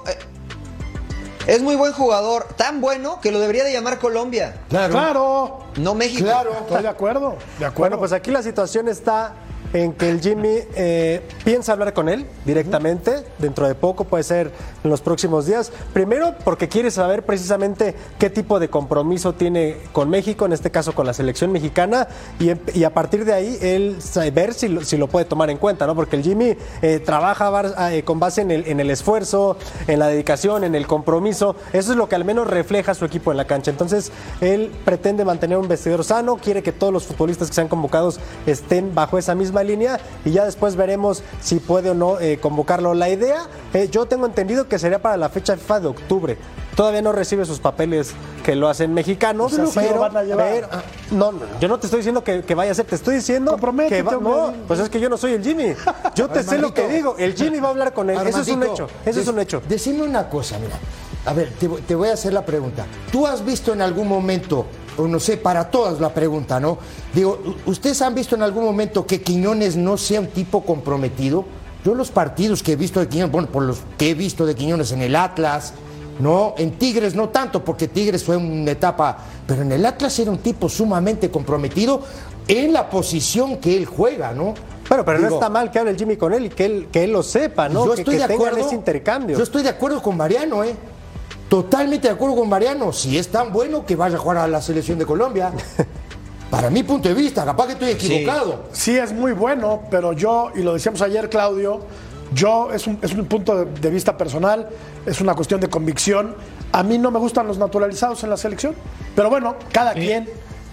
Es muy buen jugador, tan bueno que lo debería de llamar Colombia. Claro. No México. Claro, estoy de acuerdo. Bueno, pues aquí la situación está en que el Jimmy piensa hablar con él directamente, dentro de poco, puede ser en los próximos días. Primero, porque quiere saber precisamente qué tipo de compromiso tiene con México, en este caso con la selección mexicana, y a partir de ahí él ver si lo puede tomar en cuenta, ¿no? Porque el Jimmy trabaja con base en el esfuerzo, en la dedicación, en el compromiso. Eso es lo que al menos refleja su equipo en la cancha. Entonces, él pretende mantener un vestidor sano, quiere que todos los futbolistas que sean convocados estén bajo esa misma línea y ya después veremos si puede o no convocarlo. La idea, yo tengo entendido que sería para la fecha FIFA de octubre. Todavía no recibe sus papeles que lo hacen mexicanos, pero lo van a llevar. No, yo no te estoy diciendo que vaya a ser, te estoy diciendo que no, pues es que yo no soy el Jimmy. Yo te sé lo que digo, el Jimmy va a hablar con él. Armandito, eso es un hecho. Decime una cosa, mira. A ver, te voy a hacer la pregunta. ¿Tú has visto en algún momento, o no sé, para todas la pregunta, ¿no? Digo, ¿ustedes han visto en algún momento que Quiñones no sea un tipo comprometido? Yo los partidos que he visto de Quiñones, bueno, por los que he visto de Quiñones en el Atlas, no, en Tigres no tanto, porque Tigres fue una etapa, pero en el Atlas era un tipo sumamente comprometido en la posición que él juega, ¿no? Pero no está mal que hable el Jimmy con él y que él lo sepa, ¿no? Yo estoy de acuerdo, tengan ese intercambio. Yo estoy de acuerdo con Mariano, totalmente de acuerdo con Mariano. Si es tan bueno que vaya a jugar a la selección de Colombia. Para mi punto de vista, capaz que estoy equivocado. Sí, es muy bueno, pero yo, y lo decíamos ayer, Claudio, es un punto de vista personal, es una cuestión de convicción. A mí no me gustan los naturalizados en la selección, pero bueno, cada quien.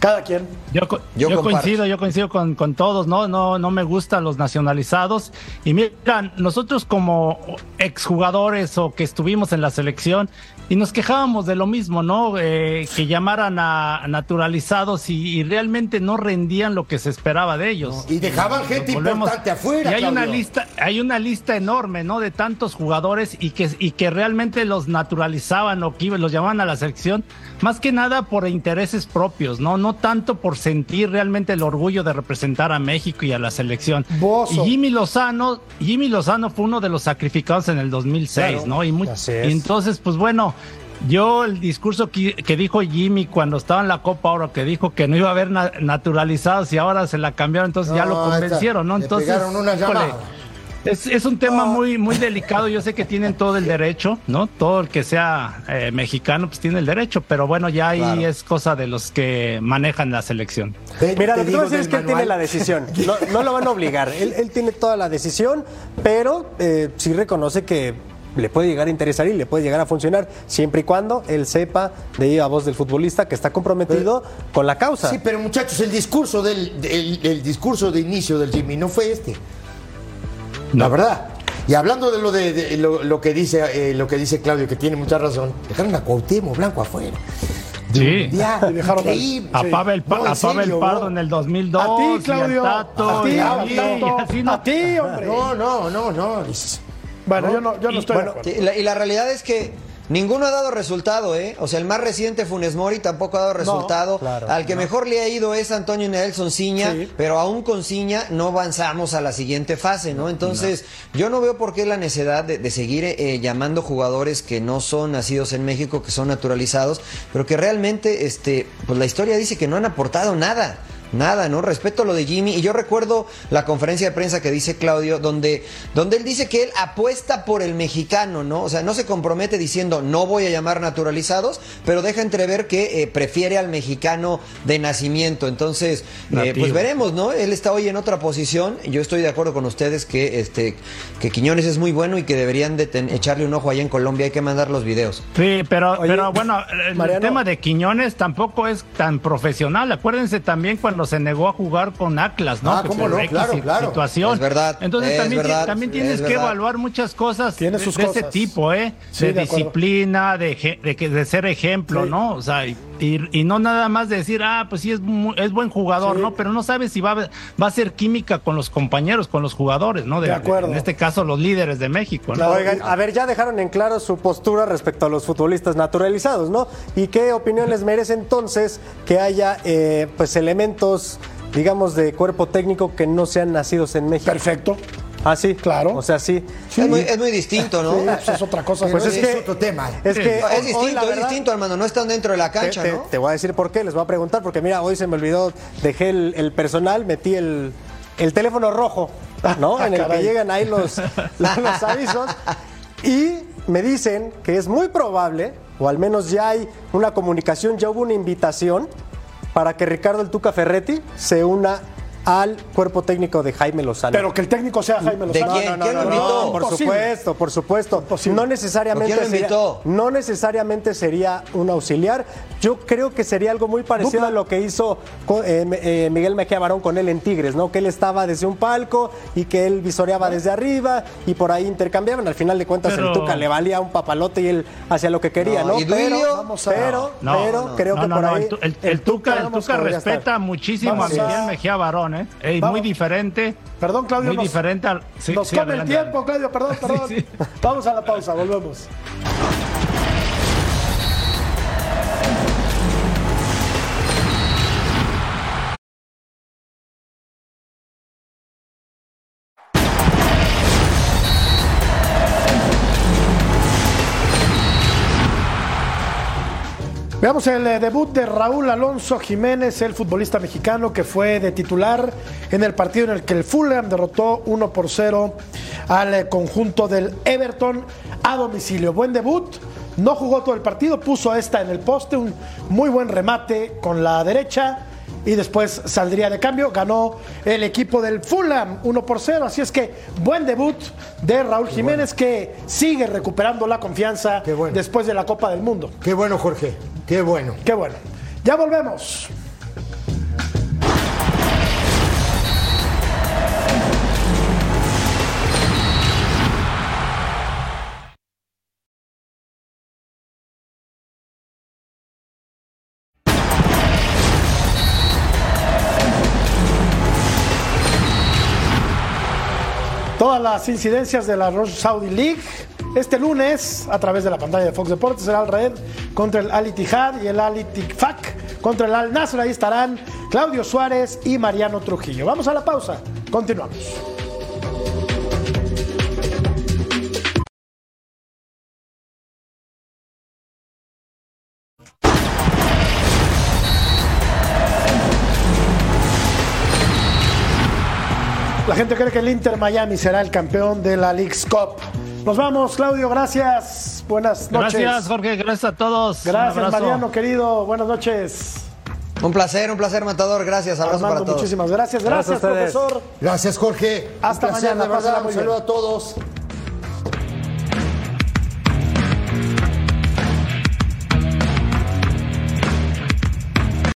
Yo coincido con todos, no me gustan los nacionalizados. Y mira, nosotros como exjugadores o que estuvimos en la selección y nos quejábamos de lo mismo, ¿no? Que llamaran a naturalizados y realmente no rendían lo que se esperaba de ellos. Y dejaban gente importante afuera. Y hay una lista enorme, ¿no? De tantos jugadores y que realmente los naturalizaban o que los llamaban a la selección, más que nada por intereses propios, no tanto por sentir realmente el orgullo de representar a México y a la selección. Bozo. Y Jimmy Lozano fue uno de los sacrificados en el 2006, claro, ¿no? Y entonces, pues bueno, yo el discurso que dijo Jimmy cuando estaba en la Copa Oro, que dijo que no iba a haber naturalizados y ahora se la cambiaron, entonces ya lo convencieron, ¿no? Entonces, le pegaron una llamada. Es un tema muy, muy delicado. Yo sé que tienen todo el derecho, ¿no? Todo el que sea mexicano, pues tiene el derecho, pero bueno, ya ahí es cosa de los que manejan la selección. Mira, lo que te voy a decir es que él tiene la decisión. No lo van a obligar. Él tiene toda la decisión, pero sí reconoce que le puede llegar a interesar y le puede llegar a funcionar siempre y cuando él sepa de viva voz del futbolista que está comprometido con la causa. Sí, pero muchachos, el discurso el discurso de inicio del Jimmy no fue este. La verdad. Y hablando de lo que dice Claudio, que tiene mucha razón, dejaron a Cuauhtémoc Blanco afuera. Sí. Dejaron a Pavel Pardo en el 2002. A ti, Claudio. A ti, hombre. No. Bueno, yo no estoy de acuerdo. Y la realidad es que Ninguno ha dado resultado, ¿eh? O sea, el más reciente Funes Mori tampoco ha dado resultado. Claro, Al que mejor le ha ido es Antonio Nelson Ciña, pero aún con Ciña no avanzamos a la siguiente fase, ¿no? Entonces, yo no veo por qué la necesidad de seguir llamando jugadores que no son nacidos en México, que son naturalizados, pero que realmente, pues la historia dice que no han aportado nada. Nada, ¿no? Respeto a lo de Jimmy. Y yo recuerdo la conferencia de prensa que dice Claudio, donde él dice que él apuesta por el mexicano, ¿no? O sea, no se compromete diciendo no voy a llamar naturalizados, pero deja entrever que prefiere al mexicano de nacimiento. Entonces, pues veremos, ¿no? Él está hoy en otra posición. Yo estoy de acuerdo con ustedes que Quiñones es muy bueno y que deberían de echarle un ojo allá en Colombia. Hay que mandar los videos. Sí, pero bueno, el tema de Quiñones tampoco es tan profesional. Acuérdense también cuando se negó a jugar con Atlas, ¿no? ¿Cómo no? Claro. Situación. Es verdad. Entonces también tienes que evaluar muchas cosas de ese tipo, Sí, de disciplina, de ser ejemplo, ¿no? O sea, y no nada más de decir, pues sí es buen jugador, ¿no? Pero no sabes si va a ser química con los compañeros, con los jugadores, ¿no? De acuerdo. En este caso, los líderes de México, ¿no? Oigan, a ver, ya dejaron en claro su postura respecto a los futbolistas naturalizados, ¿no? ¿Y qué opinión les merece entonces que haya, pues, elementos, digamos, de cuerpo técnico que no sean nacidos en México? Perfecto. Ah, sí, claro. O sea, sí. Es muy distinto, ¿no? Sí, pues es otra cosa. Pues es otro tema. Es que es distinto, hermano. No están dentro de la cancha, ¿no? Te voy a decir por qué, les voy a preguntar, porque mira, hoy se me olvidó, dejé el personal, metí el teléfono rojo, ¿no? En el que llegan ahí los avisos. Y me dicen que es muy probable, o al menos ya hay una comunicación, ya hubo una invitación para que Ricardo el Tuca Ferretti se una al cuerpo técnico de Jaime Lozano. Pero que el técnico sea Jaime Lozano. ¿De quién? ¿Quién lo invitó? Por supuesto. No necesariamente sería un auxiliar. Yo creo que sería algo muy parecido a lo que hizo Miguel Mejía Barón con él en Tigres, ¿no? Que él estaba desde un palco y que él visoreaba desde arriba y por ahí intercambiaban. Al final de cuentas el Tuca le valía un papalote y él hacía lo que quería, ¿no? Pero creo que por ahí el Tuca respeta muchísimo a Miguel Mejía Barón, muy diferente. Perdón, Claudio. Muy diferente al. Nos come el tiempo, Claudio, perdón. Sí. Vamos a la pausa, volvemos. Veamos el debut de Raúl Alonso Jiménez, el futbolista mexicano que fue de titular en el partido en el que el Fulham derrotó 1-0 al conjunto del Everton a domicilio. Buen debut, no jugó todo el partido, puso esta en el poste, un muy buen remate con la derecha y después saldría de cambio. Ganó el equipo del Fulham 1-0, así es que buen debut de Raúl Jiménez, que sigue recuperando la confianza después de la Copa del Mundo. Qué bueno, Jorge. Qué bueno. Qué bueno. Ya volvemos. Todas las incidencias de la Saudi League este lunes a través de la pantalla de Fox Deportes. El Al Raed contra el Al Ittihad y el Al Ittifaq contra el Al Nassr. Ahí estarán Claudio Suárez y Mariano Trujillo. Vamos a la pausa, continuamos. La gente cree que el Inter Miami será el campeón de la Leagues Cup. Nos vamos, Claudio, gracias. Buenas noches. Gracias, Jorge, gracias a todos. Gracias, Mariano, querido. Buenas noches. Un placer, Matador. Gracias, abrazo Armando, para todos. Muchísimas gracias, profesor. Gracias, Jorge. Hasta mañana. Un saludo a todos.